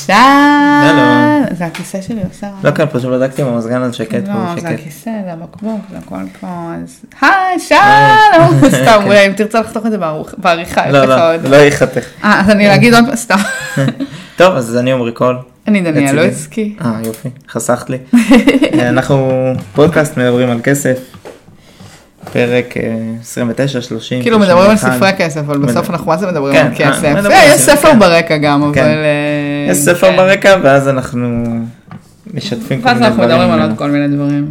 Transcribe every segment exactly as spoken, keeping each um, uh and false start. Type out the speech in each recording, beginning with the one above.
למשל, זה הכיסא שלי עושה. לא כאן, פשוט בדקתי עם המזגן על שקט פה, לא, שקט. זה הכיסא, זה הבקבוק, זה הכל פה, אז... היי, שלום! סתם, אולי אם תרצה לחתוך את זה בעריכה, לא, לא, לא ייחתך. אה, אז אני להגיד עוד פעם, סתם. טוב, אז אני עומרי קול. אני דניאל לויסקי. אה, יופי, חסכת לי. אנחנו פודקאסט מדברים על כסף. פרק עשרים ותשע שלושים. כאילו מדברים על ספרי כסף, אבל בסוף אנחנו מה זה מדברים על כסף. יש ספר ברקע גם, אבל... יש ספר ברקע, ואז אנחנו משתפים כל מיני דברים. ואז אנחנו מדברים על עוד כל מיני דברים.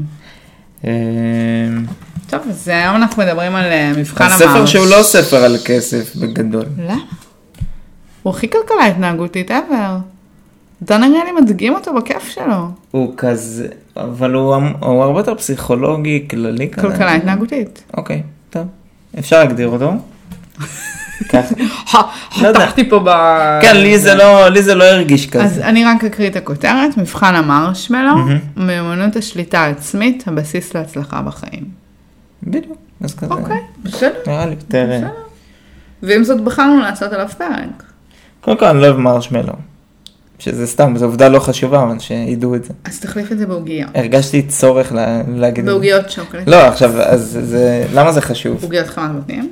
טוב, אז היום אנחנו מדברים על מבחן המרש. ספר שהוא לא ספר על כסף בגדול. למה? הוא הכי כלכלה התנהגותית ever. אתה נראה לי מדגים אותו בכיף שלו. הוא כזה, אבל הוא, הוא הרבה יותר פסיכולוגי, כללי כזה. כלכלה התנהגותית. אוקיי, טוב. אפשר להגדיר אותו. חתכתי פה ב... כן, לי זה לא, לי זה לא הרגיש כזה. אז אני רק אקריא את הכותרת, מבחן המרשמלו, מיומנות השליטה העצמית, הבסיס להצלחה בחיים. בדיוק, אז כזה. אוקיי, בסדר. נראה לי יותר... ואם זאת בחרנו לעשות עליו פרק. קודם כל אני לא אוהב מרשמלו. שזה סתם, זו עובדה לא חשובה, אבל שידעו את זה. אז תחליף את זה בעוגיה. הרגשתי צורך לה, להגיד את זה. בעוגיות שוקולד. לא, עכשיו, אז זה, למה זה חשוב? בעוגיות חמת בוטנים?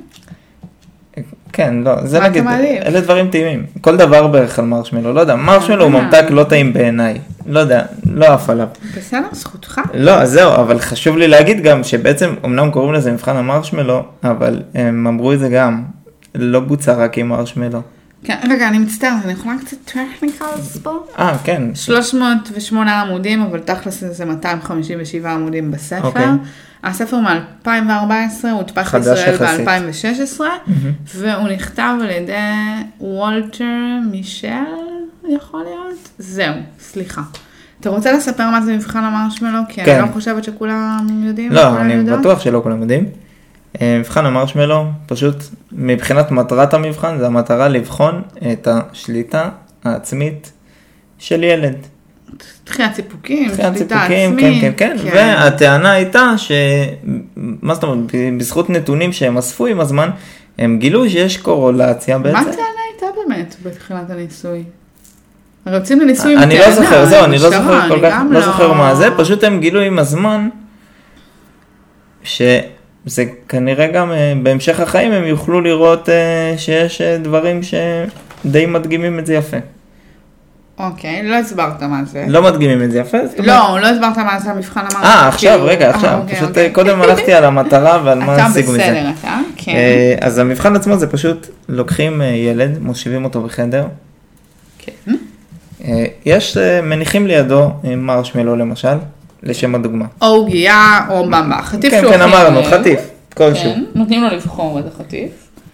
כן, לא, זה מה נגיד, אתה מעדיף? אלה דברים טעימים. כל דבר בערך על מרשמלו, לא יודע, מרשמלו הוא ממתק לא טעים בעיניי. לא יודע, לא אף עליו. בסדר, זכותך. לא, זהו, אבל חשוב לי להגיד גם שבעצם, אמנם קוראים לזה מבחן המרשמלו, אבל הם אמרו את זה גם, לא בוצע רק עם מרשמלו. כן, רגע, אני מצטערת, אני יכולה קצת טכניקלס פה? אה, כן. שלוש מאות ושמונה עמודים, אבל תכלס זה מאתיים חמישים ושבעה עמודים בספר. אוקיי. הספר מ-אלפיים וארבע עשרה, הוא הודפס בישראל ב-אלפיים ושש עשרה, והוא נכתב על ידי וולטר מישל, יכול להיות? זהו, סליחה. אתה רוצה לספר מה זה מבחן המרשמלו? כי אני לא חושבת שכולם יודעים. לא, אני בטוח שלא כולם יודעים. מבחן המרשמלו, פשוט מבחינת מטרת המבחן, זה המטרה לבחון את השליטה העצמית של ילד. דחיית ציפוקים, דחיית שליטה ציפוקים, עצמית. כן, כן, כן. והטענה הייתה ש... מה זאת אומרת, בזכות נתונים שהם אספו עם הזמן, הם גילו שיש קורולציה בעצם. מה הטענה הייתה באמת בתחילת הניסוי? רוצים לניסוי עם טענה. אני לא זוכר, זהו, אני לא זוכר כל כך, לא זוכר מה זה, פשוט הם גילו עם הזמן ש... זה כנראה גם בהמשך החיים הם יוכלו לראות שיש דברים שדי מדגימים את זה יפה. אוקיי, לא הסברת מה זה. לא מדגימים את זה יפה? לא, לא הסברת מה זה המבחן המרשמלו. אה, עכשיו, רגע, עכשיו. פשוט קודם הלכתי על המטרה ועל מה השיגו מזה. אתה בסדר, אתה? כן. אז המבחן עצמו זה פשוט לוקחים ילד, מושיבים אותו בחדר. כן. יש, מניחים לידו מרשמלו למשל. לשם הדוגמה. או עוגיה או במבה. חטיף שהוא כן, כן, אמרנו, חטיף, כלשהו. כן, נותנים לו לבחור את החטיף.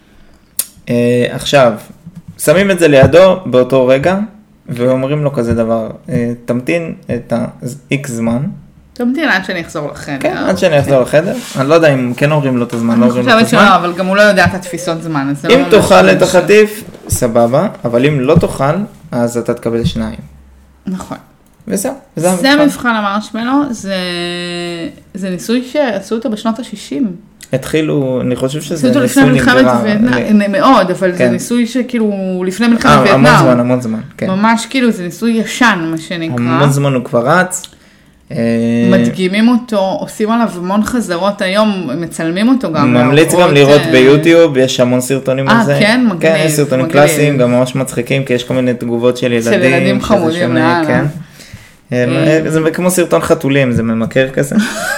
עכשיו, שמים את זה לידו באותו רגע, ואומרים לו כזה דבר, תמתין את ה-X זמן. תמתין עד שאני אחזור לחדר. כן, עד שאני אחזור לחדר. אני לא יודע אם כן אומרים לו את הזמן, לא אומרים לו את הזמן. אני חושבת שלא, אבל גם הוא לא יודע את התפיסות זמן. אם תאכל את החטיף, סבבה, אבל אם לא תאכל, אז אתה תקבל שניים. נכון. וזהו, זה המבחן. זה מבחן המרשמלו, זה, זה ניסוי שעשו אותו בשנות ה-שישים. התחילו, אני חושב שזה ניסוי ניסוי נגרר. מאוד, אבל זה ניסוי שכאילו לפני מלחמת וייטנאם. המון זמן, המון זמן, כן. ממש כאילו זה ניסוי ישן, מה שנקרא. המון זמן הוא כבר רץ. מדגימים אותו, עושים עליו המון חזרות היום, מצלמים אותו גם. ממליץ גם לראות ביוטיוב, יש המון סרטונים על זה. אה, כן? מגניב. כן, יש סרטונים קלאסיים, גם ממש מצחיקים, כי יש כל מיני תגובות של ילדים. של ילדים חמודים, כן. זה כמו סרטון חתולים, זה ממכר כזה.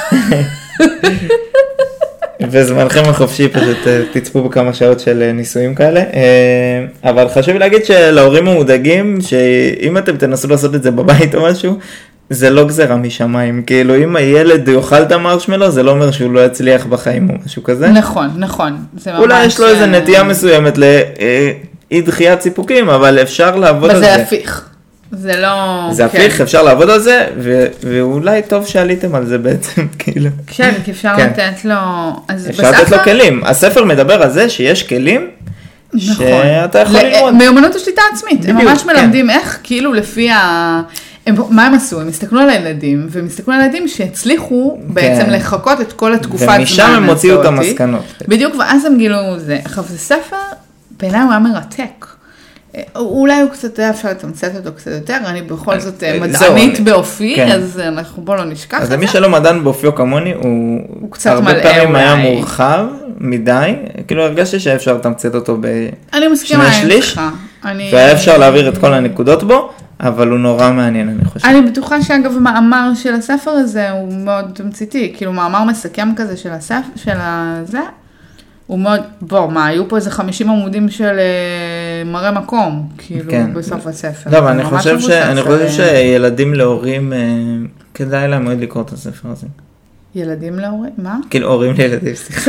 וזמנכם החופשי פשוט תצפו בכמה שעות של ניסויים כאלה. אבל חשוב להגיד שלהורים המודאגים, שאם אתם תנסו לעשות את זה בבית או משהו, זה לא גזרה משמיים. כאילו אם הילד יאכל את המרשמלו, זה לא אומר שהוא לא יצליח בחיים או משהו כזה. נכון, נכון. אולי יש לו איזו נטייה מסוימת לאי דחיית ציפוקים, אבל אפשר לעבוד על זה. וזה הפיך. זה לא... זה הפיך, אפשר לעבוד על זה, ואולי טוב שעליתם על זה בעצם, כאילו. כן, כי אפשר לתת לו... אפשר לתת לו כלים. הספר מדבר על זה שיש כלים שאתה יכול ללמוד. מיומנות השליטה עצמית. הם ממש מלמדים איך, כאילו לפי ה... מה הם עשו? הם הסתכלו על הילדים, והם הסתכלו על הילדים שהצליחו בעצם לחכות את כל התקופת זמן. ומשם הם הוציאו את המסקנות. בדיוק, ואז הם גילו זה. עכשיו, זה ספר, בעיניי הוא היה מרתק. אולי הוא קצת היה אפשר לתמצת אותו קצת יותר, אני בכל זאת מדענית באופי, אז אנחנו בוא לא נשכח את זה. אז מי שלא מדען באופיו כמוני, הוא הרבה פעמים היה מורחב מדי, כאילו הרגשתי שאפשר לתמצת אותו בשני שליש, והיה אפשר להעביר את כל הנקודות בו, אבל הוא נורא מעניין, אני חושב. אני בטוחה שאגב, מאמר של הספר הזה הוא מאוד תמציתי, כאילו מאמר מסכם כזה של הספר, של הזה, הוא מאוד, בוא, מה, היו פה איזה חמישים עמודים של מראה מקום, כאילו, כן. בסוף הספר. לא, אבל אני חושב, ש... אני חושב שילדים להורים, כדאי להם מאוד לקרוא את הספר הזה. ילדים להורים? מה? כאילו, הורים לילדים, סליחה.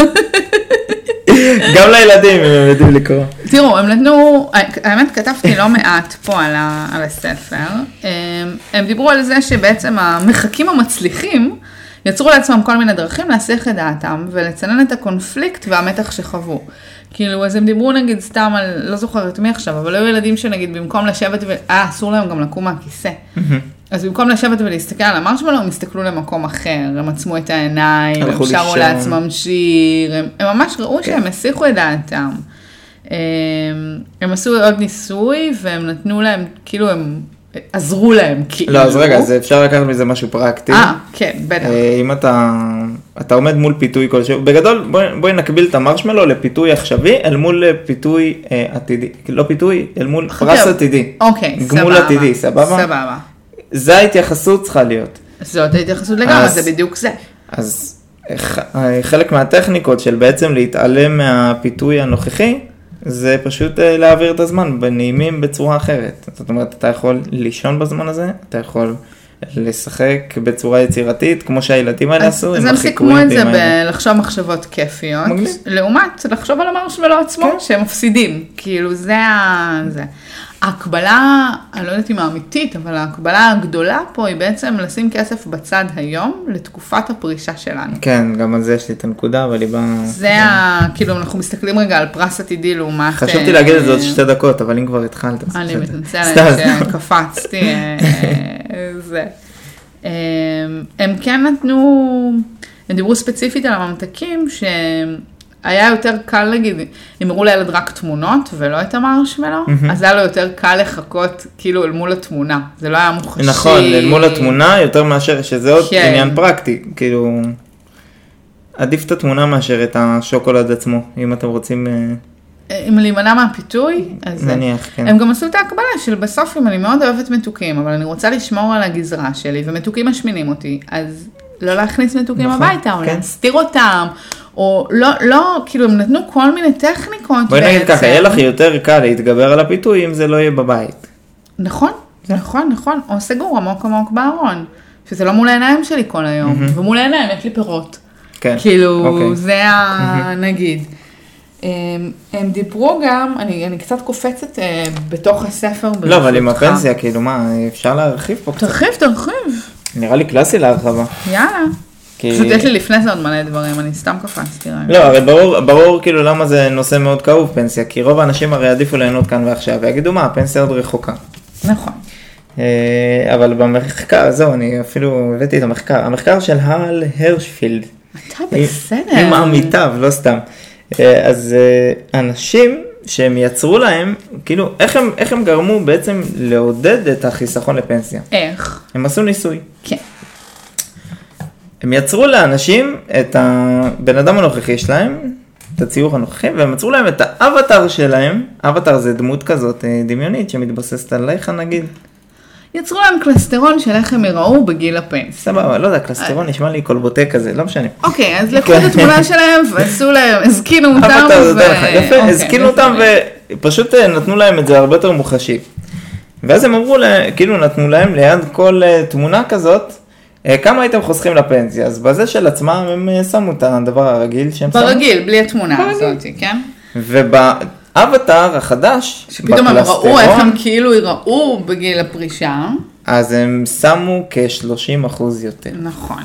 גם לילדים הם יודעים לקרוא. תראו, הם נתנו, האמת כתבתי לא מעט פה על, ה, על הספר, הם, הם דיברו על זה שבעצם המחקים המצליחים, יצרו לעצמם כל מיני דרכים להסיח את דעתם, ולצנן את הקונפליקט והמתח שחוו. כאילו, אז הם דיברו נגיד סתם על, לא זוכרת מי עכשיו, אבל היו ילדים שנגיד במקום לשבת, ו... אה, אסור להם גם לקום מהכיסא. אז במקום לשבת ולהסתכל על המרשמלו, הם הסתכלו למקום אחר, הם עצמו את העיניים, הם שרו לעצמם שיר, הם, הם ממש ראו שהם הסיחו את דעתם. הם, הם עשו עוד ניסוי, והם נתנו להם, כאילו הם עזרו להם, כאילו. לא, אז רגע, אז אפשר לקחת מזה משהו פרקטי. אה, כן, בטח. אם אתה, אתה עומד מול פיתוי כלשהו, בגדול, בואי, בואי נקביל את המרשמלו לפיתוי עכשווי, אל מול פיתוי אה, עתידי, לא פיתוי, אל מול פרס עתידי. אוקיי, סבבה. גמול עתידי, סבבה? סבבה. זה ההתייחסות צריכה להיות. זאת ההתייחסות לגמרי, זה בדיוק זה. אז חלק מהטכניקות של בעצם להתעלם מהפיתוי הנוכחי, זה פשוט להעביר את הזמן בנעימים בצורה אחרת. זאת אומרת, אתה יכול לישון בזמן הזה, אתה יכול לשחק בצורה יצירתית, כמו שהילדים האלה עשו. אז הם סיכמו את זה בלחשוב מחשבות כיפיות, לעומת לחשוב על המרשמלו עצמו, שהם מפסידים. כאילו זה ה... ההקבלה, אני לא יודעת אם האמיתית, אבל ההקבלה הגדולה פה היא בעצם לשים כסף בצד היום לתקופת הפרישה שלנו. כן, גם על זה יש לי את הנקודה, אבל היא באה... זה ה... כאילו, אנחנו מסתכלים רגע על פרס עתידי לעומת... חשבתי להגיד את זה עוד שתי דקות, אבל אם כבר התחלת... אני מתנצלת שקפצתי. זה. הם כן נתנו... הם דיברו ספציפית על הממתקים ש... היה יותר קל להגיד, אם הראו לילד רק תמונות ולא את המרשמלו, אז היה לו יותר קל לחכות כאילו אל מול התמונה, זה לא היה מוחשי. נכון, אל מול התמונה יותר מאשר, שזה עוד עניין פרקטי, כאילו, עדיף את התמונה מאשר את השוקולד עצמו, אם אתם רוצים... אם להימנע מהפיתוי, אז נניח, כן. הם גם עשו את ההקבלה של בסוף, אם אני מאוד אוהבת מתוקים, אבל אני רוצה לשמור על הגזרה שלי, ומתוקים משמינים אותי, אז לא להכניס מתוקים הביתה, או להסתיר אותם, או לא, לא, כאילו הם נתנו כל מיני טכניקות. בואי נגיד ככה, יהיה לך יותר קל להתגבר על הפיתוי אם זה לא יהיה בבית. נכון, נכון, נכון, או סגור עמוק עמוק בארון, שזה לא מול העיניים שלי כל היום, ומול העיניים יש לי פירות. כן. כאילו, זה הנגיד. הם דיברו גם, אני, אני קצת קופצת בתוך הספר. לא, אבל עם הפנסיה, כאילו מה, אפשר להרחיב פה קצת? תרחיב, תרחיב. נראה לי קלאסי להרחבה. יאללה. פשוט יש לי לפני זה עוד מלא דברים, אני סתם קפצתי. לא, הרי ברור, ברור כאילו למה זה נושא מאוד כאוב פנסיה, כי רוב האנשים הרי עדיפו ליהנות כאן ועכשיו, ויגידו מה, הפנסיה עוד רחוקה. נכון. אבל במחקר, זהו, אני אפילו הבאתי את המחקר, המחקר של הל הרשפילד. אתה בסדר. עם עמיתיו, לא סתם. אז אנשים שהם יצרו להם, כאילו, איך הם, איך הם גרמו בעצם לעודד את החיסכון לפנסיה? איך? הם עשו ניסוי. כן. הם יצרו לאנשים את הבן אדם הנוכחי שלהם, את הציור הנוכחי, והם יצרו להם את האבטר שלהם, אבטר זה דמות כזאת דמיונית שמתבססת עליך נגיד. יצרו להם קלסטרון של איך הם יראו בגיל הפנסיה. סבבה, לא יודע, קלסטרון נשמע לי קולבוטה כזה, לא משנה. אוקיי, אז לקחו את התמונה שלהם ועשו להם, הזקינו אותם. יפה, הזקינו אותם ופשוט נתנו להם את זה הרבה יותר מוחשי. ואז הם אמרו, כאילו נתנו להם ליד כל תמונה כזאת, כמה הייתם חוסכים לפנסיה? אז בזה של עצמם הם שמו את הדבר הרגיל שהם שמו. ברגיל, בלי התמונה הזאת, כן? ובאבטר החדש, שפתאום הם ראו איך הם כאילו יראו בגיל הפרישה. אז הם שמו כ-שלושים אחוז יותר. נכון.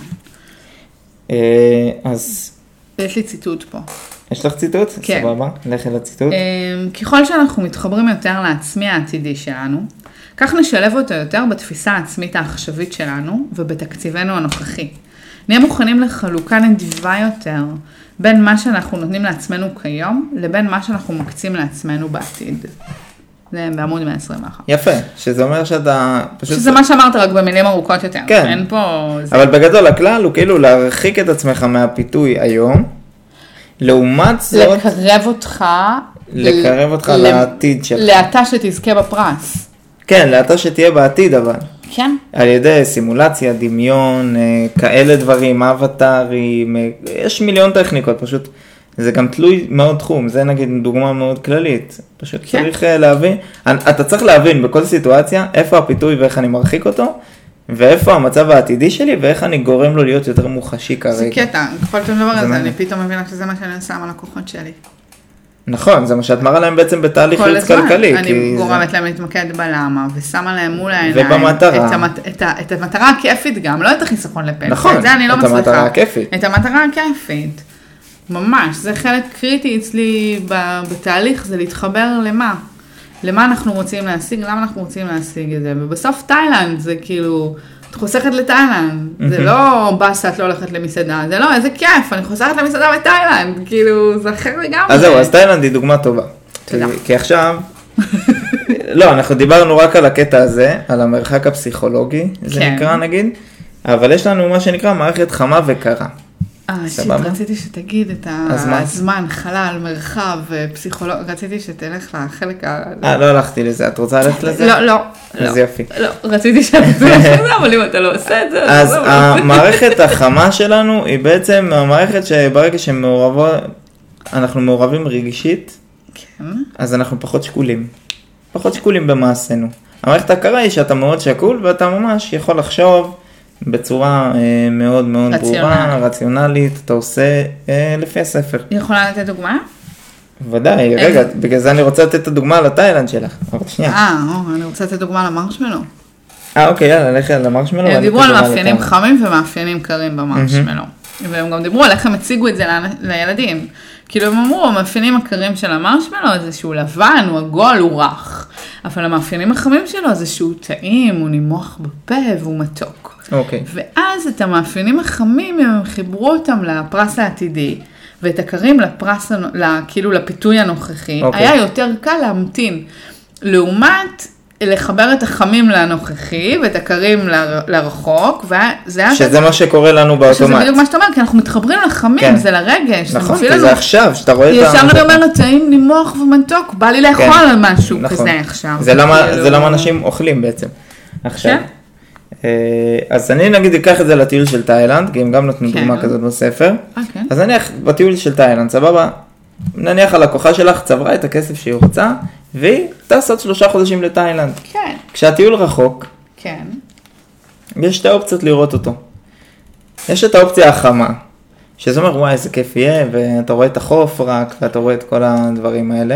אז... יש לי ציטוט פה. יש לך ציטוט? כן. סבבה, לכי לציטוט. ככל שאנחנו מתחברים יותר לעצמי העתידי שלנו, כך נשלב אותו יותר בתפיסה העצמית העכשווית שלנו ובתקציבנו הנוכחי. נהיה מוכנים לחלוקה נדיבה יותר בין מה שאנחנו נותנים לעצמנו כיום לבין מה שאנחנו מקצים לעצמנו בעתיד. זה בעמוד מאה עשרים ואחת. יפה, שזה אומר שאתה פשוט... שזה מה שאמרת, רק במילים ארוכות יותר. כן. אין פה... אבל בגדול הכלל הוא כאילו להרחיק את עצמך מהפיתוי היום, לעומת זאת... לקרב אותך... לקרב אותך ל... לעתיד שלך. לאתה שתזכה בפרס. כן, לאתה שתהיה בעתיד אבל. כן. על ידי סימולציה, דמיון, כאלה דברים, אבטרים, יש מיליון טכניקות, פשוט זה גם תלוי מאוד תחום, זה נגיד דוגמה מאוד כללית, פשוט כן. צריך להבין, אתה צריך להבין בכל סיטואציה איפה הפיתוי ואיך אני מרחיק אותו, ואיפה המצב העתידי שלי ואיך אני גורם לו להיות יותר מוחשי כרגע. זה קטע, ככל שאתה מדבר על זה, אני פתאום מבינה שזה מה שאני עושה על הלקוחות שלי. נכון, זה מה שאת מראה להם בעצם בתהליך ייעוץ כלכלי. אני גורמת זה... להם להתמקד בלמה, ושמה להם מול העיניים. ובמטרה. את, המת... את, ה... את המטרה הכיפית גם, לא את החיסכון לפנסיה. נכון, את זה אני לא את מצליחה. המטרה הכיפית. את המטרה הכיפית. ממש, זה חלק קריטי אצלי בתהליך, זה להתחבר למה. למה אנחנו רוצים להשיג, למה אנחנו רוצים להשיג את זה. ובסוף תאילנד זה כאילו... את חוסכת לתאילנד, זה לא בסה, את לא הולכת למסעדה, זה לא, איזה כיף, אני חוסכת למסעדה בתאילנד, כאילו, זה אחר לגמרי. אז זהו, אז תאילנד היא דוגמה טובה. תודה. כי עכשיו, לא, אנחנו דיברנו רק על הקטע הזה, על המרחק הפסיכולוגי, זה נקרא נגיד, אבל יש לנו מה שנקרא מערכת חמה וקרה. אה, שיט, רציתי שתגיד את הזמן, חלל, מרחב, פסיכולוג, רציתי שתלך לחלק ה... אה, לא הלכתי לזה, את רוצה ללכת לזה? לא, לא. אז יופי. לא, רציתי שתלך לזה, אבל אם אתה לא עושה את זה... אז המערכת החמה שלנו היא בעצם המערכת שברגע שמעורבות, אנחנו מעורבים רגשית, אז אנחנו פחות שקולים. פחות שקולים במעשינו. המערכת הקרה היא שאתה מאוד שקול ואתה ממש יכול לחשוב, בצורה אה, מאוד מאוד ברורה, רציונלית, אתה עושה אה, לפי הספר. יכולה לתת דוגמה? ודאי, רגע, בגלל זה אני רוצה לתת את הדוגמה על התאילנד שלך, אבל שנייה. אה, אני רוצה לתת דוגמה למרשמלו. אה, אוקיי, יאללה, לכי על המרשמלו. הם דיברו על מאפיינים חמים ומאפיינים קרים במרשמלו. והם גם דיברו על איך הם הציגו את זה לילדים. כאילו הם אמרו, המאפיינים הקרים של המרשמלו זה שהוא לבן, הוא עגול, הוא רך. אבל המאפיינים החמים שלו זה שהוא טעים, הוא נימוח בפה והוא מתוק. אוקיי. ואז את המאפיינים החמים הם חיברו אותם לפרס העתידי, ואת הקרים לפרס, כאילו לפיתוי הנוכחי, אוקיי. היה יותר קל להמתין. לעומת לחבר את החמים לנוכחי, ואת הקרים לרחוק, וזה היה... שזה מה שקורה לנו באוטומט. שזה בדיוק מה שאתה אומר, כי אנחנו מתחברים לחמים, כן. זה לרגש. נכון, כי זה עכשיו, שאתה רואה את ה... ישר אני אומרת, טעים נימוח ומתוק, בא לי לאכול כן. על משהו נכון. כזה עכשיו. זה למה, כאילו... זה למה אנשים אוכלים בעצם. עכשיו. כן? אז אני נגיד אקח את זה לטיול של תאילנד, כי הם גם נותנים כן. דוגמה כזאת בספר. Okay. אז נניח בטיול של תאילנד, סבבה? נניח הלקוחה שלך צברה את הכסף שהיא רוצה, והיא טסה עוד שלושה חודשים לתאילנד. כן. כשהטיול רחוק, כן. יש שתי אופציות לראות אותו. יש את האופציה החמה, שזה אומר, וואי, איזה כיף יהיה, ואתה רואה את החוף רק, ואתה רואה את כל הדברים האלה.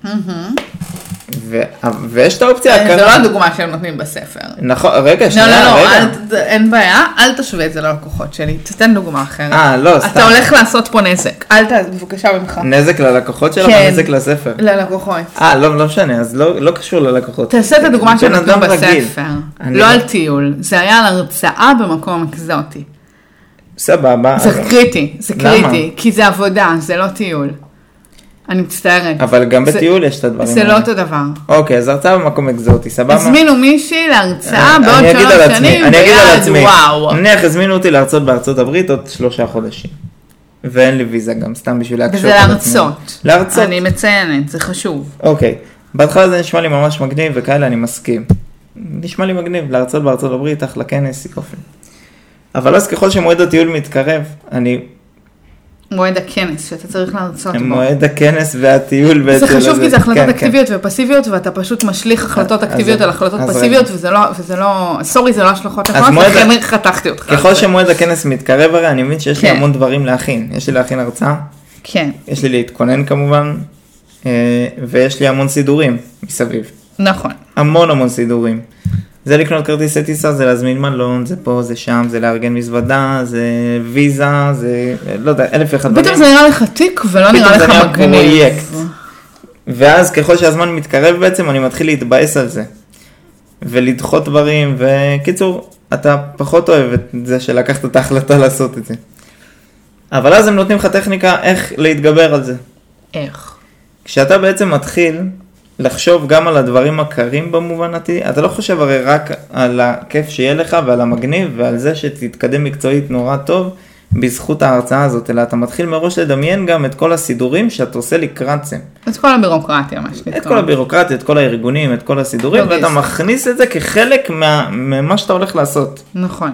ו... ויש את האופציה הקרה. זה לא הדוגמה שהם נותנים בספר. נכון, רגע, שנייה, רגע. לא, לא, לא, אין בעיה, אל תשווה את זה ללקוחות שלי. תתן דוגמה אחרת. אה, לא, סתם. אתה הולך לעשות פה נזק. אל תבקשה ממך. נזק ללקוחות שלך, כן. נזק לספר. ללקוחות. אה, לא, לא משנה, אז לא, לא קשור ללקוחות. תעשה את הדוגמה שהם נותנים בספר. לא לא... על טיול. זה היה על הרצאה במקום אקזוטי. סבבה. זה אבל... קריטי, זה קריטי. למה? כי זה עבודה, זה לא טיול. אני מצטערת. אבל גם בטיול יש את הדברים. זה לא אותו דבר. אוקיי, אז הרצאה במקום אקזוטי, סבבה? הזמינו מישהי להרצאה בעוד שלוש שנים, אני אגיד על עצמי, וואו. נניח הזמינו אותי להרצות בארצות הברית עוד שלושה חודשים. ואין לי ויזה גם, סתם בשביל להקשור. וזה להרצות. להרצות. אני מציינת, זה חשוב. אוקיי, בהתחלה זה נשמע לי ממש מגניב, וכאלה אני מסכים. נשמע לי מגניב, להרצות בארצות הברית, אחלה כנס, יופי. אבל אז ככל שמועד הטיול מתקרב, אני... מועד הכנס, שאתה צריך להרצות בו. מועד הכנס והטיול בעצם. זה חשוב כי זה החלטות אקטיביות ופסיביות, ואתה פשוט משליך החלטות אקטיביות על החלטות פסיביות, וזה לא, סורי, זה לא השלכות נכונות, לכן חתכתי אותך. ככל שמועד הכנס מתקרב הרי, אני מבין שיש לי המון דברים להכין. יש לי להכין הרצאה. כן. יש לי להתכונן כמובן, ויש לי המון סידורים מסביב. נכון. המון המון סידורים. זה לקנות כרטיסי טיסה, זה להזמין מלון, זה פה, זה שם, זה לארגן מזוודה, זה ויזה, זה, לא יודע, אלף ואחד דברים. פתאום זה נראה לך תיק ולא נראה לך מגניב. פתאום זה נראה פרויקט. ואז ככל שהזמן מתקרב בעצם, אני מתחיל להתבאס על זה. ולדחות דברים, וקיצור, אתה פחות אוהב את זה שלקחת את ההחלטה לעשות את זה. אבל אז הם נותנים לך טכניקה איך להתגבר על זה. איך? כשאתה בעצם מתחיל לחשוב גם על הדברים הקרים במובן עתידי, אתה לא חושב הרי רק על הכיף שיהיה לך ועל המגניב ועל זה שתתקדם מקצועית נורא טוב בזכות ההרצאה הזאת, אלא אתה מתחיל מראש לדמיין גם את כל הסידורים שאתה עושה לקראת זה. את כל הבירוקרטיה, מה שנקרא. את כל הבירוקרטיה, את כל הארגונים, את כל הסידורים, ואתה מכניס את זה כחלק מה, ממה שאתה הולך לעשות. נכון.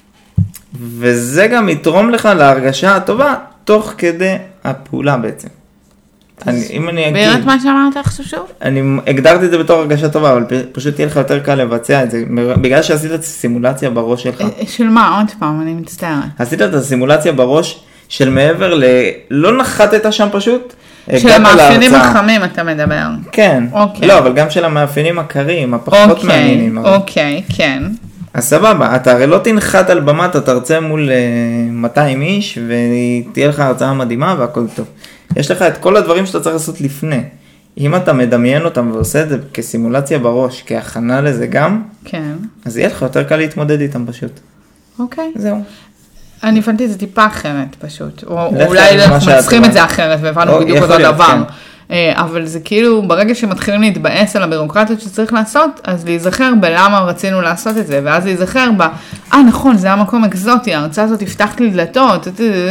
וזה גם יתרום לך להרגשה הטובה תוך כדי הפעולה בעצם. אני, אם אני אגיד... בעירת מה שאמרת עכשיו שוב? אני הגדרתי את זה בתור הרגשה טובה, אבל פשוט תהיה לך יותר קל לבצע את זה, בגלל שעשית את הסימולציה בראש שלך. של מה? עוד פעם, אני מצטערת. עשית את הסימולציה בראש של מעבר ל... לא נחתת שם פשוט. של המאפיינים החמים אתה מדבר. כן. אוקיי. לא, אבל גם של המאפיינים הקרים, הפחות אוקיי, מעניינים. אוקיי, כן. אז סבבה, אתה הרי לא תנחת על במה, אתה תרצה מול מאתיים איש, ותהיה לך הרצאה מדהימה והכל טוב. יש לך את כל הדברים שאתה צריך לעשות לפני. אם אתה מדמיין אותם ועושה את זה כסימולציה בראש, כהכנה לזה גם, כן. אז יהיה לך יותר קל להתמודד איתם פשוט. אוקיי. זהו. אני הבנתי את זה טיפה אחרת פשוט, או אולי אנחנו מצליחים את זה אחרת, והבנו בדיוק אותו דבר. אבל זה כאילו, ברגע שמתחילים להתבאס על הבירוקרטיות שצריך לעשות, אז להיזכר בלמה רצינו לעשות את זה, ואז להיזכר ב, אה נכון, זה היה מקום אקזוטי, ההרצאה הזאת יפתח לי דלתות,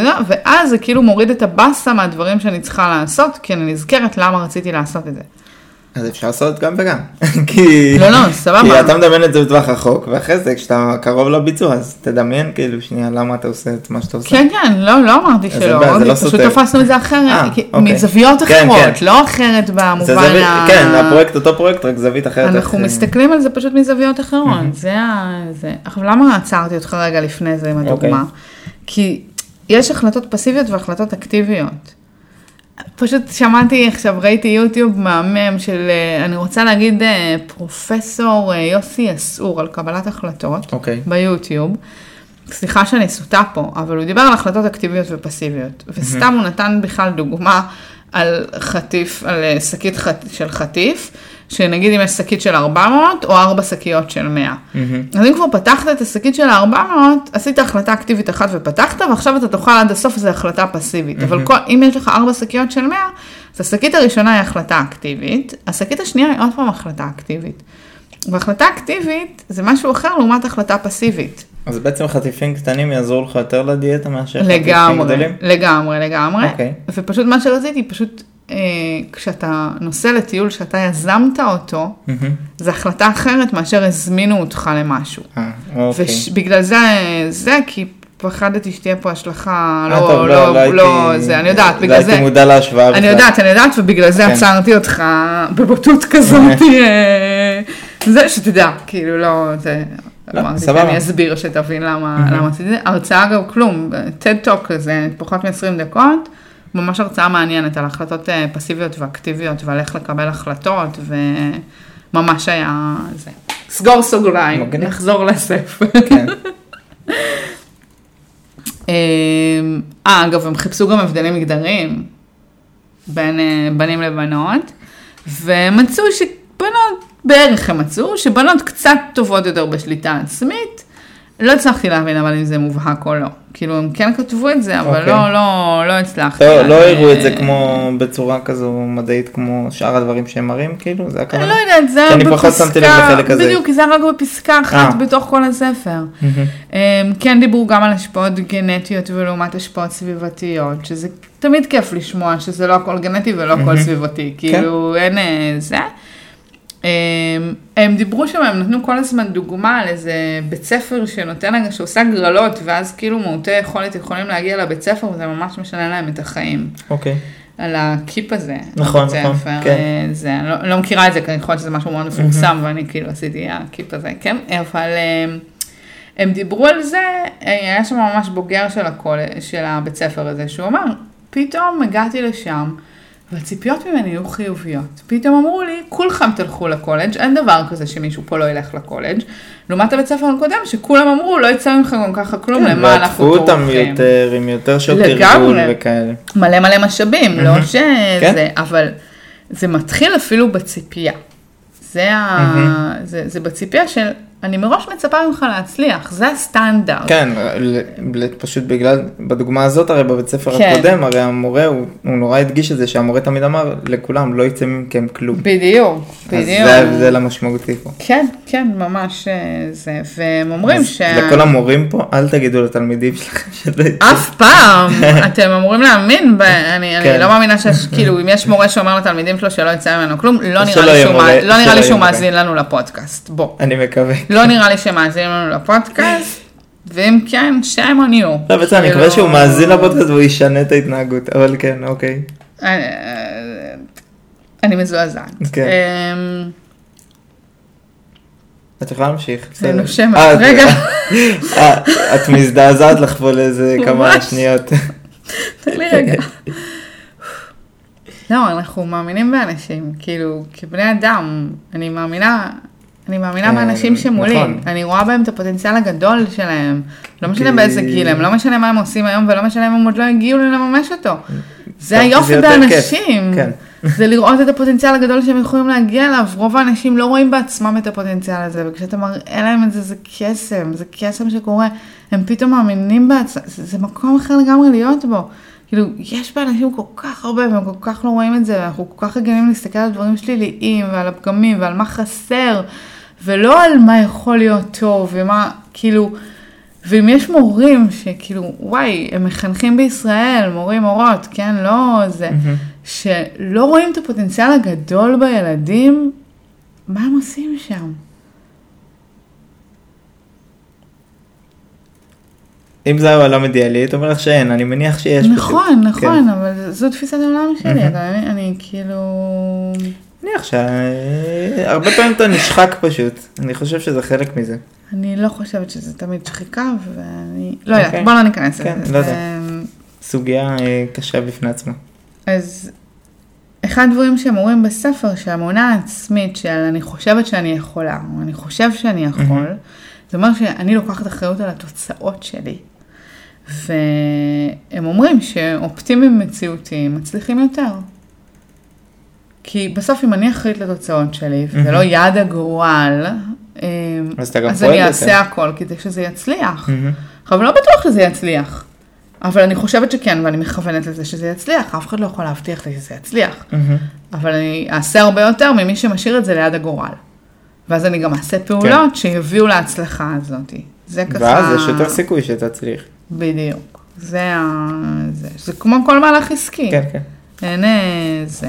ואז זה כאילו מוריד את הבאסה מהדברים שאני צריכה לעשות, כי אני נזכרת למה רציתי לעשות את זה. אז אפשר לעשות גם וגם. כי... לא, לא, סבבה. כי אתה מדמיין את זה בטווח רחוק, ואחרי זה, כשאתה קרוב לביצוע, אז תדמיין כאילו שנייה למה אתה עושה את מה שאתה עושה. כן, כן, לא, לא אמרתי שלא. פשוט תפסנו את זה אחרת, מזוויות אחרות, לא אחרת במובן ה... כן, הפרויקט, אותו פרויקט, רק זווית אחרת. אנחנו מסתכלים על זה פשוט מזוויות אחרות. זה זה. עכשיו, למה עצרתי אותך רגע לפני זה עם הדוגמה? כי יש החלטות פסיביות והחלטות אקטיביות. פשוט שמעתי עכשיו, ראיתי יוטיוב מהמם של, אני רוצה להגיד, פרופסור יוסי אסור על קבלת החלטות okay. ביוטיוב. סליחה שאני סוטה פה, אבל הוא דיבר על החלטות אקטיביות ופסיביות. וסתם הוא נתן בכלל דוגמה על חטיף, על שקית של חטיף, שנגיד אם יש שקית של ארבע מאות או ארבע שקיות של מאה. אז אם כבר פתחת את השקית של ארבע מאות, עשית החלטה אקטיבית אחת ופתחת, ועכשיו אתה תוכל עד הסוף, זו החלטה פסיבית. אבל כל, אם יש לך ארבע שקיות של מאה, אז השקית הראשונה היא החלטה אקטיבית, השקית השנייה היא עוד פעם החלטה אקטיבית. והחלטה אקטיבית זה משהו אחר לעומת החלטה פסיבית. אז בעצם חטיפים קטנים יעזרו לך יותר לדיאטה מאשר חטיפים גדולים? לגמרי, לגמרי. ופשוט מה שרציתי, פשוט כשאתה נוסע לטיול שאתה יזמת אותו, זו החלטה אחרת מאשר הזמינו אותך למשהו. ובגלל זה, זה כי פחדתי שתהיה פה השלכה, לא, לא, לא, זה, אני יודעת, בגלל זה. לא הייתי מודע להשוואה. אני יודעת, אני יודעת, ובגלל זה עצרתי אותך בבוטות כזאת, זה שתדע, כאילו לא, זה, אמרתי, אני אסביר שתבין למה עשיתי זה. הרצאה אגב כלום, טד טוק כזה, פחות מ-עשרים דקות, ממש הרצאה מעניינת על החלטות פסיביות ואקטיביות, ועל איך לקבל החלטות, וממש היה זה. סגור סוגריים, נחזור לספר. כן. אה, אגב, הם חיפשו גם הבדלים מגדריים, בין בנים לבנות, ומצאו שבנות, בערך הם מצאו, שבנות קצת טובות יותר בשליטה עצמית, לא הצלחתי להבין אבל אם זה מובהק או לא. כאילו הם כן כתבו את זה, אבל לא, לא, לא הצלחתי. לא הראו את זה כמו בצורה כזו מדעית, כמו שאר הדברים שהם מראים, כאילו, זה הכוונה? אני לא יודעת, זה היה בפסקה, בדיוק, זה היה רק בפסקה אחת בתוך כל הספר. כן דיברו גם על השפעות גנטיות ולעומת השפעות סביבתיות, שזה תמיד כיף לשמוע שזה לא הכל גנטי ולא הכל סביבתי, כאילו אין זה. הם דיברו שם, הם נתנו כל הזמן דוגמה על איזה בית ספר שנותן, שעושה גרלות, ואז כאילו מעוטי יכולת יכולים להגיע לבית ספר, וזה ממש משנה להם את החיים. אוקיי. על הקיפ הזה. נכון, נכון, כן. זה, אני לא, לא מכירה את זה, כי אני חושבת שזה משהו מאוד מפורסם, ואני כאילו עשיתי הקיפ הזה, כן? אבל הם דיברו על זה, היה שם ממש בוגר של הקול, של הבית ספר הזה, שהוא אמר, פתאום הגעתי לשם, והציפיות ממני היו חיוביות. פתאום אמרו לי, כולכם תלכו לקולג', אין דבר כזה שמישהו פה לא ילך לקולג'. לעומת הבית ספר הקודם, שכולם אמרו, לא יצא ממך גם ככה כלום, למה אנחנו תורכים. ועטפו אותם יותר, עם יותר שעות תרגול וכאלה. מלא מלא משאבים, לא שזה, אבל זה מתחיל אפילו בציפייה. זה בציפייה של, אני מראש מצפה ממך להצליח, זה הסטנדרט. כן, פשוט בגלל, בדוגמה הזאת, הרי בבית ספר הקודם, הרי המורה, הוא נורא הדגיש את זה, שהמורה תמיד אמר לכולם, לא יצא מכם כלום. בדיוק, בדיוק. אז זה למשמעותי פה. כן, כן, ממש זה, והם אומרים ש... לכל המורים פה, אל תגידו לתלמידים שלכם שלא יצא. אף פעם, אתם אמורים להאמין, אני לא מאמינה שכאילו, אם יש מורה שאומר לתלמידים שלו שלא יצא ממנו כלום, לא נראה לי שהוא מאזין לנו לפודקאסט, בוא. אני מקווה. לא נראה לי שמאזין לנו לפודקאסט, ואם כן, shame on you. לא, בצע, אני מקווה שהוא מאזין לפודקאסט והוא ישנה את ההתנהגות, אבל כן, אוקיי. אני מזועזעת. כן. את יכולה להמשיך. אני נושמת, רגע. את מזדעזעת לך פה לאיזה כמה שניות. תן לי רגע. לא, אנחנו מאמינים באנשים, כאילו, כבני אדם, אני מאמינה... אני מאמינה באנשים שמולי, אני רואה בהם את הפוטנציאל הגדול שלהם, לא משנה באיזה גיל הם, לא משנה מה הם עושים היום, ולא משנה אם הם עוד לא הגיעו לי לממש אותו. זה היופי באנשים, זה לראות את הפוטנציאל הגדול שהם יכולים להגיע אליו, רוב האנשים לא רואים בעצמם את הפוטנציאל הזה, וכשאתה מראה להם את זה, זה קסם, זה קסם שקורה, הם פתאום מאמינים בעצמם, זה מקום אחר לגמרי להיות בו. כאילו, יש באנשים כל כך הרבה, והם כל כך לא רואים את זה, ואנחנו כל כך רגילים להסתכל על דברים שליליים, ועל הפגמים, ועל מה חסר, ולא על מה יכול להיות טוב, ומה, כאילו, ואם יש מורים שכאילו, וואי, הם מחנכים בישראל, מורים, מורות, כן, לא זה, mm-hmm. שלא רואים את הפוטנציאל הגדול בילדים, מה הם עושים שם? אם זה העולם אידיאלי, אתה אומר לך שאין, אני מניח שיש. נכון, נכון, אבל זו תפיסת העולם שלי, אני כאילו... אני מניח שהרבה פעמים אתה נשחק פשוט, אני חושב שזה חלק מזה. אני לא חושבת שזה תמיד שחיקה, ואני... לא יודעת, בוא לא ניכנס לזה. כן, לא יודע. סוגיה קשה בפני עצמה. אז אחד הדברים שהם אומרים בספר, שהאמונה העצמית של אני חושבת שאני יכולה, או אני חושב שאני יכול, זה אומר שאני לוקחת אחריות על התוצאות שלי. והם אומרים שאופטימיים מציאותיים מצליחים יותר. כי בסוף אם אני אחראית לתוצאות שלי, וזה לא יד הגורל, אז אני אעשה הכל כדי שזה יצליח. אבל לא בטוח שזה יצליח. אבל אני חושבת שכן, ואני מכוונת לזה שזה יצליח. אף אחד לא יכול להבטיח לי שזה יצליח. אבל אני אעשה הרבה יותר ממי שמשאיר את זה ליד הגורל. ואז אני גם אעשה פעולות שיביאו להצלחה הזאת. זה ככה... ואז יש יותר סיכוי שתצליח. בדיוק. זה ה... זה, זה כמו כל מהלך עסקי. כן, כן. אין זה.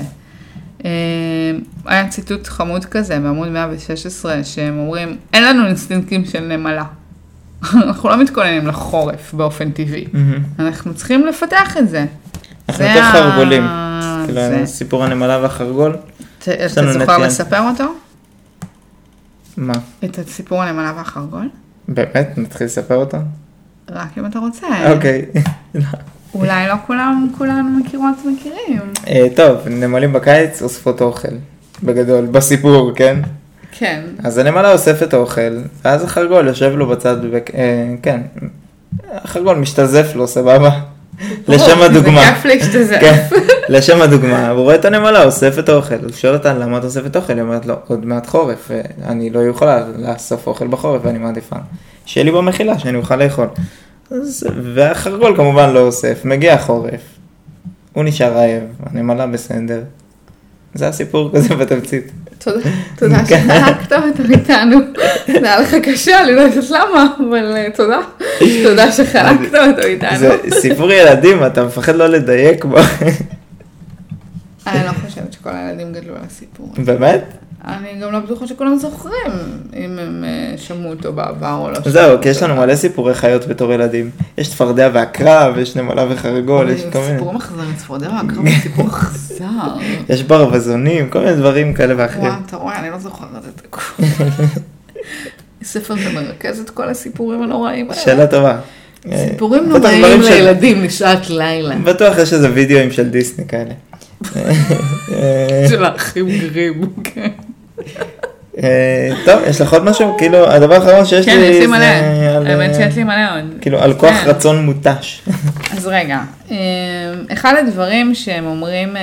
היה ציטוט חמוד כזה בעמוד מאה ושש עשרה, שהם אומרים, אין לנו אינסטינקטים של נמלה. אנחנו לא מתכוננים לחורף באופן טבעי. אנחנו צריכים לפתח את זה. אנחנו יותר חרגולים. כאילו, סיפור הנמלה והחרגול. אתה זוכר לספר אותו? מה? את הסיפור הנמלה והחרגול? באמת? נתחיל לספר אותו? רק אם אתה רוצה. אוקיי. אולי לא כולם, כולנו מכירות ומכירים. טוב, נמלים בקיץ אוספות אוכל, בגדול, בסיפור, כן? כן. אז הנמלה אוספת אוכל, ואז החרגול יושב לו בצד, כן, החרגול משתזף לו, סבבה? לשם הדוגמה. זה כיף להשתזף. כן, לשם הדוגמה, הוא רואה את הנמלה אוספת אוכל, הוא שואל אותה למה את אוספת אוכל, היא אומרת לו, עוד מעט חורף, אני לא יכולה לאסוף אוכל בחורף, ואני מעדיפה. שיהיה לי במחילה, שאני אוכל לאכול. והחרגול כמובן לא אוסף, מגיע חורף, הוא נשאר רעב, הנמלה בסדר. זה הסיפור כזה בתמצית. תודה, תודה שחלקת אותו איתנו. זה היה לך קשה, אני לא יודעת למה, אבל תודה. תודה שחלקת אותו איתנו. זה סיפור ילדים, אתה מפחד לא לדייק בו. אני לא חושבת שכל הילדים גדלו על הסיפור. באמת? אני גם לא בטוחה שכולם זוכרים, אם הם שמעו אותו בעבר או לא. זהו, כי יש לנו מלא סיפורי חיות בתור ילדים. יש צפרדע ועקרב, יש נמלה וחרגול, יש כל מיני. סיפור מחזר, צפרדע ועקרב, סיפור מחזר. יש ברווזונים, כל מיני דברים כאלה ואחרים. וואו, אתה רואה, אני לא זוכרת את הכל. ספר שמרכז את כל הסיפורים הנוראים האלה. שאלה טובה. סיפורים נוראים לילדים לשעת לילה. בטוח יש איזה וידאוים של דיסני כאלה. של האחים גרים, כן. טוב, יש לך עוד משהו? כאילו, הדבר האחרון שיש לי... כן, יש לי מלא. האמת שיש לי מלא עוד. כאילו, על כוח רצון מוטש. אז רגע, אחד הדברים שהם אומרים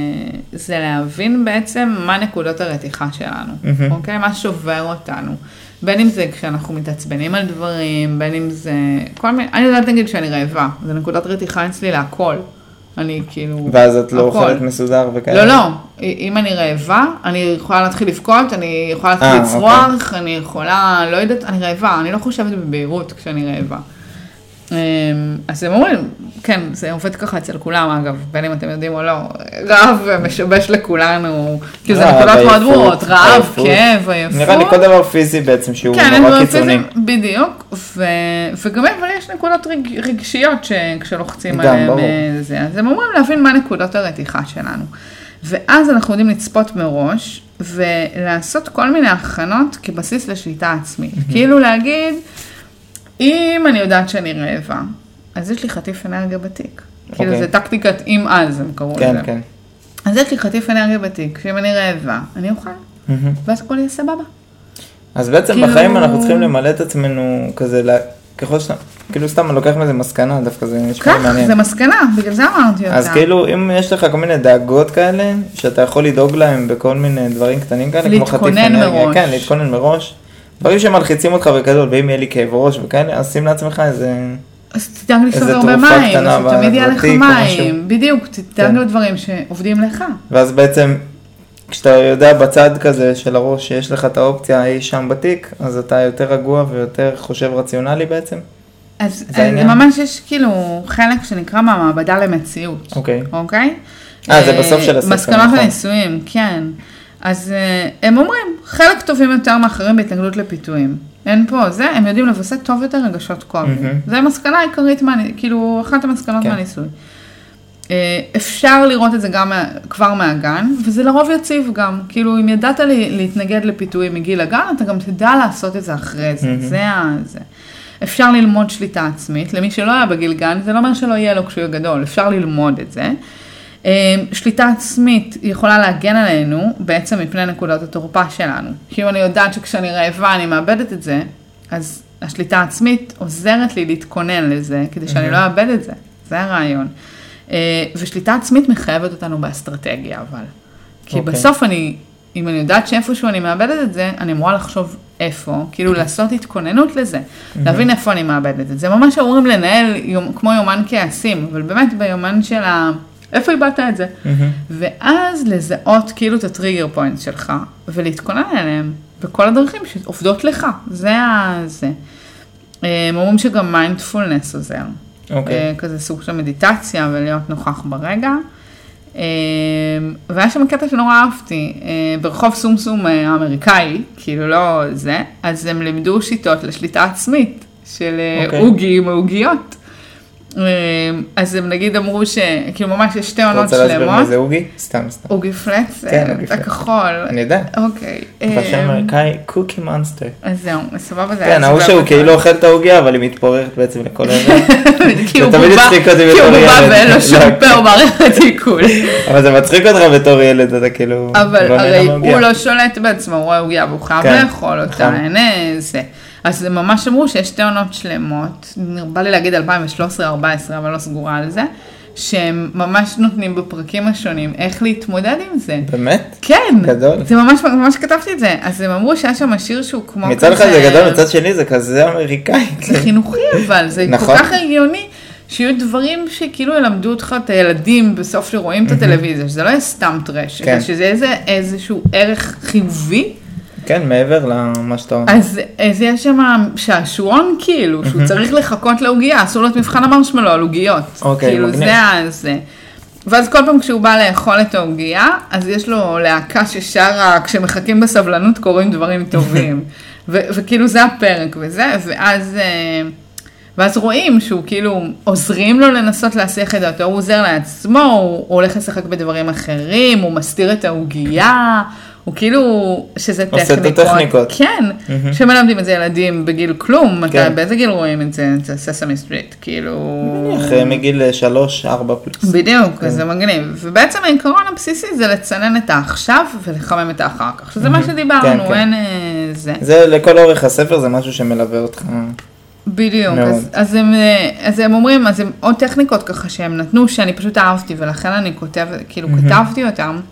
זה להבין בעצם מה נקודות הרתיחה שלנו, אוקיי? מה שובר אותנו. בין אם זה כשאנחנו מתעצבנים על דברים, בין אם זה, כל מיני, אני יודעת להגיד שאני רעבה, זה נקודת רתיחה אצלי להכל. אני כאילו... ואז את לא אוכלת מסודר וכאלה? לא, לא. אם אני רעבה, אני יכולה להתחיל לבכות, אני יכולה להתחיל לצרוח, אני יכולה, לא יודעת, אני רעבה, אני לא חושבת בבהירות כשאני רעבה. אז הם אומרים, כן, זה עובד ככה אצל כולם, אגב, בין אם אתם יודעים או לא, רעב משבש לכולנו, כי זה נקודות מאוד ברורות, רעב, כאב, עייפות. נראה לי כל דבר פיזי בעצם שהוא נורא קיצוני. בדיוק, וגם אבל יש נקודות רגשיות שכשלוחצים עליהם זה, אז הם אומרים להבין מה נקודות הרתיחה שלנו. ואז אנחנו יודעים לצפות מראש, ולעשות כל מיני הכנות כבסיס לשליטה עצמית. כאילו להגיד, אם אני יודעת שאני רעבה, אז יש לי חטיף אנרגיה בתיק. כאילו זה טקטיקת אם אז, הם קראו לזה. כן, כן. אז יש לי חטיף אנרגיה בתיק, שאם אני רעבה, אני אוכל, ואז הכל יהיה סבבה. אז בעצם בחיים אנחנו צריכים למלא את עצמנו כזה, ככל שאתה, כאילו סתם אני לוקח מזה מסקנה, דווקא זה נשמע מעניין. כך, זה מסקנה, בגלל זה אמרתי אותה. אז כאילו, אם יש לך כל מיני דאגות כאלה, שאתה יכול לדאוג להם בכל מיני דברים קטנים כאלה, כמו חטיף אנרגיה. כן, להתכונן מראש. דברים שמלחיצים אותך בגדול, ואם יהיה לי כאב ראש וכאלה, אז שים לעצמך איזה... אז תדאג לשתות הרבה מים, אז תמיד יהיה לך מים, בדיוק, תדאג לדברים שעובדים לך. ואז בעצם, כשאתה יודע בצד כזה של הראש שיש לך את האופציה אי שם בתיק, אז אתה יותר רגוע ויותר חושב רציונלי בעצם. אז ממש יש כאילו חלק שנקרא מהמעבדה למציאות. אוקיי. אוקיי? אה, זה בסוף של הספר. מסקנות הניסויים, כן. אז הם אומרים, חלק טובים יותר מאחרים בהתנגדות לפיתויים. אין פה, זה, הם יודעים לבסס טוב יותר רגשות כואבים. זה המסקנה העיקרית, כאילו, אחת המסקנות מהניסוי. אפשר לראות את זה גם כבר מהגן, וזה לרוב יציב גם. כאילו, אם ידעת להתנגד לפיתויים מגיל הגן, אתה גם תדע לעשות את זה אחרי זה. זה זה. אפשר ללמוד שליטה עצמית. למי שלא היה בגיל גן, זה לא אומר שלא יהיה לו כשהוא גדול. אפשר ללמוד את זה. שליטה עצמית יכולה להגן עלינו בעצם מפני נקודות התורפה שלנו. כי אם אני יודעת שכשאני רעבה אני מאבדת את זה, אז השליטה העצמית עוזרת לי להתכונן לזה, כדי שאני לא אאבד את זה. זה הרעיון. ושליטה עצמית מחייבת אותנו באסטרטגיה, אבל. כי בסוף אני, אם אני יודעת שאיפשהו אני מאבדת את זה, אני אמורה לחשוב איפה, כאילו לעשות התכוננות לזה, להבין איפה אני מאבדת את זה. ממש אמורים לנהל כמו יומן כעסים, אבל באמת ביומן של ה... איפה איבדת את זה? ואז לזהות כאילו את הטריגר פוינט שלך, ולהתכונן עליהם, בכל הדרכים שעובדות לך. זה זה. הם אומרים שגם מיינדפולנס עוזר. כזה סוג של מדיטציה, ולהיות נוכח ברגע. והיה שם קטע שנורא אהבתי, ברחוב סומסום האמריקאי, כאילו לא זה, אז הם לימדו שיטות לשליטה עצמית, של אוגי מאוגיות. אז הם נגיד אמרו שכאילו ממש יש שתי עונות שלמות. אתה רוצה להסביר מה זה אוגי? סתם, סתם. אוגי פלץ? כן, אוגי פלץ. הכחול. אני יודע. אוקיי. בשם אמריקאי, קוקי מונסטר. אז זהו, סבבה זה. כן, ההוא שהוא כאילו אוכל את האוגיה, אבל היא מתפוררת בעצם לכל עבר. כי הוא בובה ואין לו שום פר מערכת עיכול. אבל זה מצחיק אותך בתור ילד, אתה כאילו... אבל הרי הוא לא שולט בעצמו, הוא רואה אוגיה, והוא חייב לאכול אותה, אין זה. אז הם ממש אמרו שיש שתי עונות שלמות, בא לי להגיד אלפיים ושלוש עשרה ארבע עשרה, אבל לא סגורה על זה, שהם ממש נותנים בפרקים השונים איך להתמודד עם זה. באמת? כן. גדול. זה ממש, ממש כתבתי את זה. אז הם אמרו שהיה שם השיר שהוא כמו כזה... מצד אחד זה גדול, מצד שני זה כזה אמריקאי. זה חינוכי, אבל זה כל כך הגיוני, שיהיו דברים שכאילו ילמדו אותך את הילדים בסוף שרואים את הטלוויזיה, שזה לא יהיה סתם טרש, אלא שזה איזשהו ערך חיובי, כן, מעבר למה שאתה אומר. אז, אז יש שם שעשועון כאילו, שהוא צריך לחכות להוגיה, אסור להיות מבחן המרשמלו על הוגיות. אוקיי, כאילו מגניב. זה זה. ואז כל פעם כשהוא בא לאכול את ההוגיה, אז יש לו להקה ששרה, כשמחכים בסבלנות קוראים דברים טובים. ו- וכאילו זה הפרק וזה, ואז, ואז רואים שהוא כאילו עוזרים לו לנסות להסיח את דעתו, הוא עוזר לעצמו, הוא הולך לשחק בדברים אחרים, הוא מסתיר את ההוגיה, הוא כאילו, שזה טכניקות. עושה את הטכניקות. כן, שמלמדים את זה ילדים בגיל כלום, באיזה גיל רואים את זה, זה ססמי סטריט, כאילו... מניח, מגיל שלוש, ארבע פלוס. בדיוק, זה מגניב. ובעצם העיקרון הבסיסי זה לצנן את העכשיו ולחמם את האחר כך, שזה מה שדיברנו, אין זה. זה לכל אורך הספר, זה משהו שמלווה אותך. בדיוק, אז, אז, הם, אז הם אומרים, אז הם עוד טכניקות ככה שהם נתנו, שאני פשוט אהבתי, ולכן אני כותב, כאילו כתבתי אותם.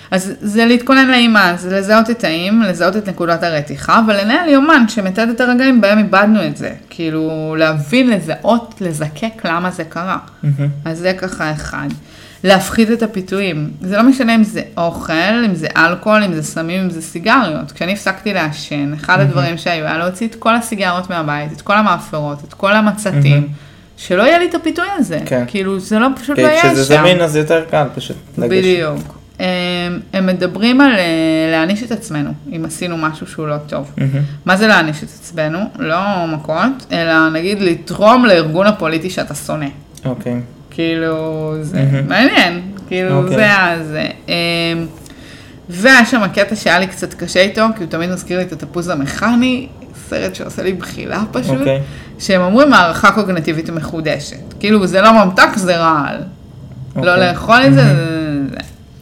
אז זה להתכונן לאימה, זה לזהות את האם, לזהות את נקודת הרתיחה, ולנהל יומן שמתעד את הרגעים בהם איבדנו את זה. כאילו, להבין, לזהות, לזקק למה זה קרה. אז זה ככה אחד. להפחית את הפיתויים. זה לא משנה אם זה אוכל, אם זה אלכוהול, אם זה סמים, אם זה סיגריות. כשאני הפסקתי לעשן, אחד הדברים שהיו היה להוציא את כל הסיגריות מהבית, את כל המאפרות, את כל המצתים, שלא יהיה לי את הפיתוי הזה. כאילו, זה לא פשוט לא יהיה שם. כשזה זמין, אז יותר קל פשוט לגש. בדיוק. הם מדברים על להעניש את עצמנו, אם עשינו משהו שהוא לא טוב. מה זה להעניש את עצמנו? לא מכות, אלא נגיד לתרום לארגון הפוליטי שאתה שונא. אוקיי. כאילו, זה מעניין. כאילו, זה זה. והיה שם הקטע שהיה לי קצת קשה איתו, כי הוא תמיד מזכיר לי את התפוז המכני, סרט שעושה לי בחילה פשוט, שהם אומרים מערכה קוגניטיבית מחודשת. כאילו, זה לא ממתק, זה רעל. לא לאכול את זה, זה.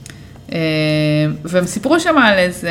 והם סיפרו שם על איזה,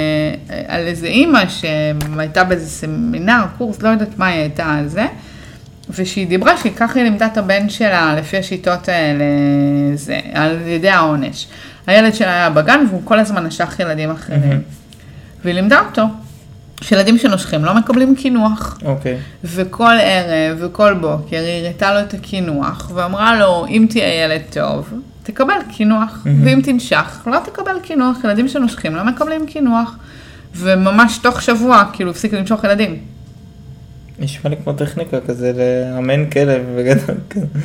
על איזה אימא שהייתה באיזה סמינר, קורס, לא יודעת מה היא הייתה על זה, ושהיא דיברה שככה היא לימדה את הבן שלה לפי השיטות האלה, זה, על ידי העונש. הילד שלה היה בגן והוא כל הזמן נשך ילדים אחרים. והיא לימדה אותו, שילדים שנושכים לא מקבלים כינוח. אוקיי. וכל ערב וכל בוקר היא הראתה לו את הכינוח, ואמרה לו, אם תהיה ילד טוב, תקבל כינוח, ואם תנשך, לא תקבל כינוח, ילדים שנושכים לא מקבלים כינוח, וממש תוך שבוע, כאילו, הפסיק לנשוך ילדים. נשמע לי כמו טכניקה כזה, לאמן כלב בגדול,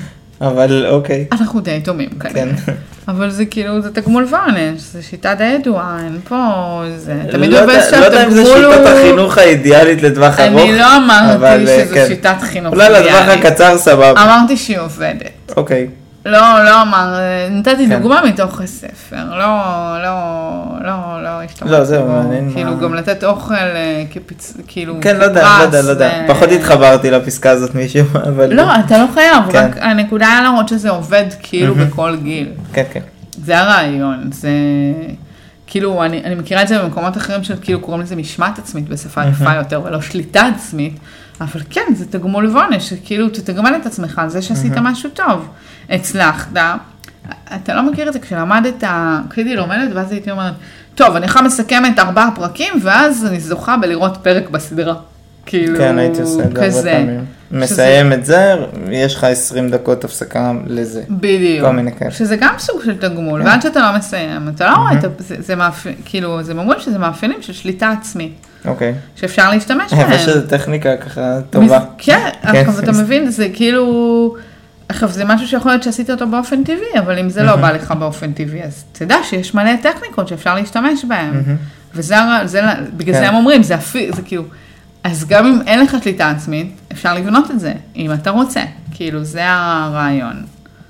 אבל אוקיי. אנחנו די דומים כאלה. כן. אבל זה כאילו, זה תגמול ועונש, זה שיטה די ידועה, אין פה, זה תמיד לא עובד שהתגמול הוא... לא יודע אם זה שיטת החינוך האידיאלית לטווח ארוך. אני לא אמרתי שזו שיטת חינוך אידיאלית. אולי לטווח הקצר סבבה. אמרתי שהיא עובדת. אוקיי. לא, לא אמר, נתתי דוגמה מתוך הספר, לא, לא, לא, לא, השתמשתי בו. לא, זהו, מעניין. כאילו, גם לתת אוכל כפיצ... כאילו, כן, לא יודע, לא יודע, לא יודע. פחות התחברתי לפסקה הזאת מישהו, אבל... לא, אתה לא חייב, רק הנקודה היה להראות שזה עובד כאילו בכל גיל. כן, כן. זה הרעיון, זה... כאילו, אני, אני מכירה את זה במקומות אחרים של כאילו קוראים לזה משמעת עצמית בשפה יפה יותר, ולא שליטה עצמית, אבל כן, זה תגמול ועונש, שכאילו תתגמל את עצמך על זה שעשית משהו טוב. הצלחת, אתה לא מכיר את זה, כשלמדת, כשהייתי לומדת, ואז הייתי אומרת, טוב, אני יכולה מסכמת ארבעה פרקים, ואז אני זוכה בלראות פרק בסדרה. כאילו, כן, הייתי עושה את זה הרבה פעמים. מסיים את זה, יש לך עשרים דקות הפסקה לזה. בדיוק. כל מיני כאלה. שזה גם סוג של תגמול, ועד שאתה לא מסיים, אתה לא רואה, זה מאפיין, כאילו, זה אומרים שזה מאפיינים של שליטה עצמית. אוקיי. שאפשר להשתמש בהם. ושזה טכניקה ככה טובה. כן, אבל אתה מבין, זה כאילו... עכשיו, זה משהו שיכול להיות שעשיתי אותו באופן טבעי, אבל אם זה לא בא לך באופן טבעי, אז תדע שיש מלא טכניקות שאפשר להשתמש בהן. וזה, בגלל זה הם אומרים, זה כאילו, אז גם אם אין לך שליטה עצמית, אפשר לבנות את זה, אם אתה רוצה. כאילו, זה הרעיון.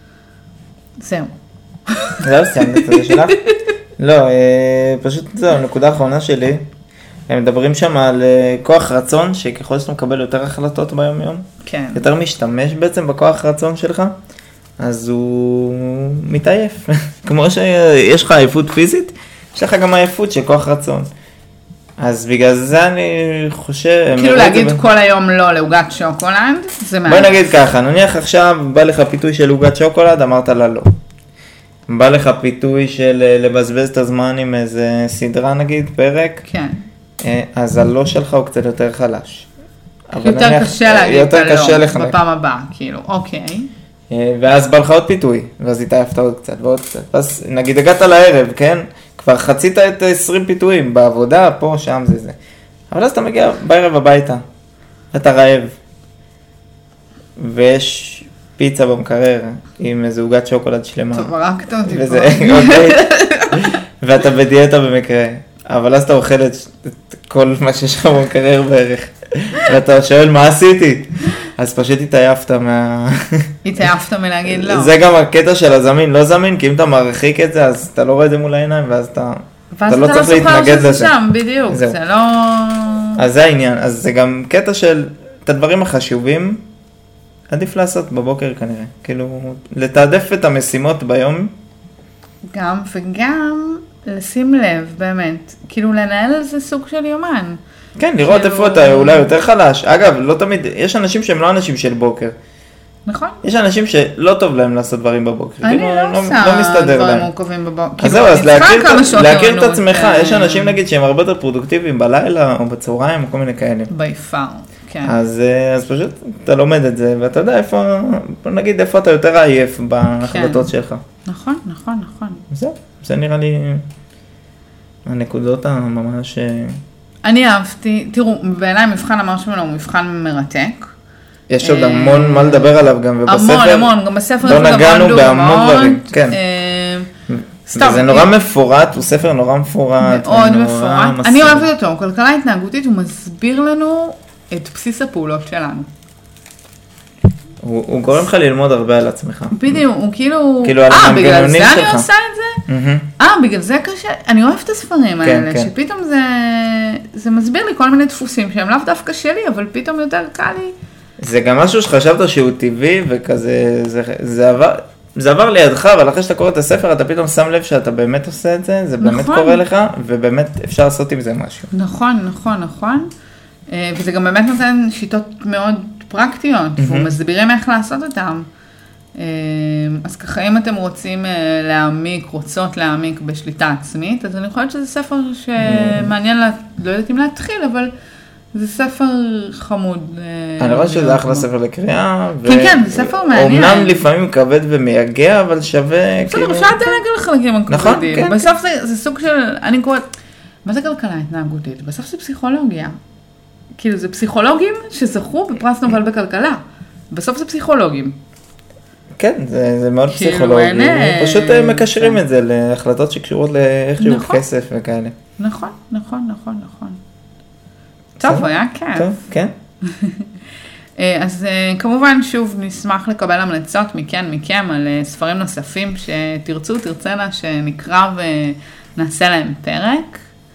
זהו. זהו, סיימת את זה שלך? לא, פשוט זהו, נקודה האחרונה שלי. הם מדברים שם על כוח רצון, שככל שאתה מקבל יותר החלטות ביום יום, כן. יותר משתמש בעצם בכוח רצון שלך, אז הוא מתעייף. כמו שיש לך עייפות פיזית, יש לך גם עייפות של כוח רצון. אז בגלל זה אני חושב... כאילו להגיד ב... כל היום לא לעוגת שוקולד, זה מעט. בוא נגיד ככה, נניח עכשיו בא לך פיתוי של עוגת שוקולד, אמרת לה לא. בא לך פיתוי של לבזבז את הזמן עם איזה סדרה נגיד, פרק. כן. אז הלא שלך הוא קצת יותר חלש. יותר קשה להגיד את הלא בפעם הבאה, כאילו, אוקיי. ואז בא לך עוד פיתוי, ואז התעייפת עוד קצת ועוד קצת. אז נגיד הגעת לערב, כן? כבר חצית את עשרים פיתויים, בעבודה, פה, שם, זה זה. אבל אז אתה מגיע בערב הביתה, אתה רעב, ויש פיצה במקרר עם איזו עוגת שוקולד שלמה. טוב, הרגת אותי פה. וזה, אוקיי. ואתה בדיאטה במקרה. אבל אז אתה אוכל את כל מה שיש לך במקרר בערך, ואתה שואל מה עשיתי, אז פשוט התעייפת מה... התעייפת מלהגיד לא. זה גם הקטע של הזמין, לא זמין, כי אם אתה מרחיק את זה, אז אתה לא רואה את זה מול העיניים, ואז אתה, אתה לא צריך להתנגד לזה. ואז אתה לא שם, בדיוק, זה לא... אז זה העניין, אז זה גם קטע של, את הדברים החשובים, עדיף לעשות בבוקר כנראה, כאילו, לתעדף את המשימות ביום. גם וגם... לשים לב, באמת, כאילו לנהל על זה סוג של יומן. כן, לראות איפה אתה אולי יותר חלש. אגב, לא תמיד, יש אנשים שהם לא אנשים של בוקר. נכון. יש אנשים שלא טוב להם לעשות דברים בבוקר. אני לא עושה דברים מורכבים בבוקר. אז זהו, אז להכיר את עצמך, יש אנשים נגיד שהם הרבה יותר פרודוקטיביים בלילה או בצהריים או כל מיני כאלה. ביפר, כן. אז פשוט אתה לומד את זה ואתה יודע איפה, נגיד איפה אתה יותר עייף בהחלטות שלך. נכון, נכון, נכון. זהו, זה נראה לי הנקודות הממש... אני אהבתי, תראו, בעיניי מבחן המרשמלו הוא מבחן מרתק. יש עוד המון מה לדבר עליו גם, ובספר... המון, המון, גם בספר... לא נגענו בהמון דברים, כן. זה נורא מפורט, הוא ספר נורא מפורט. מאוד מפורט. אני אוהבת אותו, כלכלה התנהגותית, הוא מסביר לנו את בסיס הפעולות שלנו. הוא גורם לך ללמוד הרבה על עצמך. בדיוק, הוא כאילו... כאילו על המנגנונים שלך. אה, בגלל זה אני עושה את זה? אה, בגלל זה קשה. אני אוהבת את הספרים האלה, שפתאום זה מסביר לי כל מיני דפוסים שהם לאו דווקא שלי, אבל פתאום יותר קל לי. זה גם משהו שחשבת שהוא טבעי, וכזה, זה עבר... זה עבר לידך, אבל אחרי שאתה קורא את הספר, אתה פתאום שם לב שאתה באמת עושה את זה, זה באמת קורה לך, ובאמת אפשר לעשות עם זה משהו. נכון, נכון, נכון. וזה גם באמת נותן שיטות מאוד פרקטיות, והוא מסבירים איך לעשות אותם. אז ככה, אם אתם רוצים להעמיק, רוצות להעמיק בשליטה עצמית, אז אני חושבת שזה ספר שמעניין, לא יודעת אם להתחיל, אבל זה ספר חמוד. אני רואה שזה אחלה ספר לקריאה. כן, כן, זה ספר מעניין. אומנם לפעמים כבד ומייגע, אבל שווה כאילו... אפשר לדלג על חלקים הכבדים. נכון, כן. בסוף זה סוג של, אני קוראת, מה זה כלכלה התנהגותית? בסוף זה פסיכולוגיה. כאילו זה פסיכולוגים שזכו בפרס נובל בכלכלה. בסוף זה פסיכולוגים. כן, זה מאוד פסיכולוגי. פשוט מקשרים את זה להחלטות שקשורות לאיכשהו כסף וכאלה. נכון, נכון, נכון, נכון. טוב, היה כיף. טוב, כן. אז כמובן שוב נשמח לקבל המלצות מכן, מכם, על ספרים נוספים שתרצו, תרצנה, שנקרא ונעשה להם פרק.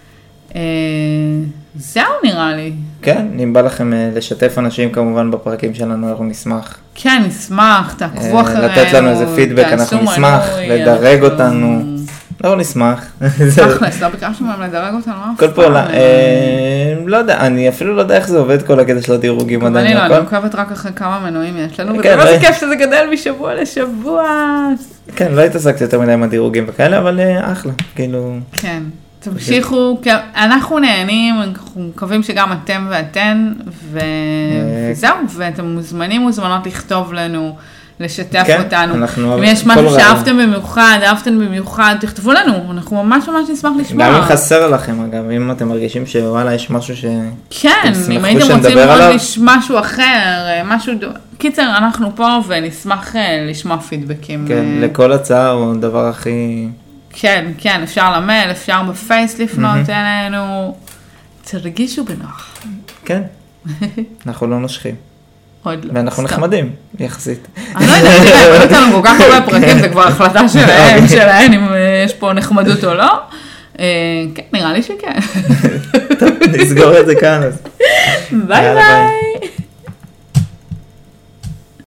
זהו נראה לי. כן, אם בא לכם לשתף אנשים כמובן בפרקים שלנו, אנחנו נשמח. כן, נשמח, תעקבו אחרינו. לתת לנו איזה פידבק, אנחנו נשמח, לדרג אותנו. לא נשמח. תכלס, לא ביקשנו מהם לדרג אותנו אף פעם. כל פעולה, לא יודע, אני אפילו לא יודע איך זה עובד כל הקטע של הדירוגים עדיין. אני לא, אני עוקבת רק אחרי כמה מנועים יש לנו, וזה לא זה כיף שזה גדל משבוע לשבוע. כן, לא התעסקתי יותר מדי עם הדירוגים וכאלה, אבל אחלה, כאילו... כן, תמשיכו, אנחנו נהנים, אנחנו מקווים שגם אתם ואתן, וזהו, ואתם מוזמנים מוזמנות לכתוב לנו, לשתף אותנו. אם יש משהו שאהבתם במיוחד, אהבתם במיוחד, תכתבו לנו, אנחנו ממש ממש נשמח לשמוע. גם אם חסר לכם אגב, אם אתם מרגישים שוואלה יש משהו ש... כן, אם הייתם רוצים עוד משהו אחר, משהו... קיצר, אנחנו פה ונשמח לשמוע פידבקים. כן, לכל הצעה או דבר הכי... כן, כן, אפשר למייל, אפשר בפייס לפנות אלינו. תרגישו בנוח. כן, אנחנו לא נושכים. עוד לא. ואנחנו נחמדים, יחסית. אני לא יודעת, תראה, לא איתנו כל כך הרבה פרקים, זה כבר החלטה שלהם, שלהם, אם יש פה נחמדות או לא. כן, נראה לי שכן. טוב, נסגור את זה כאן. ביי ביי.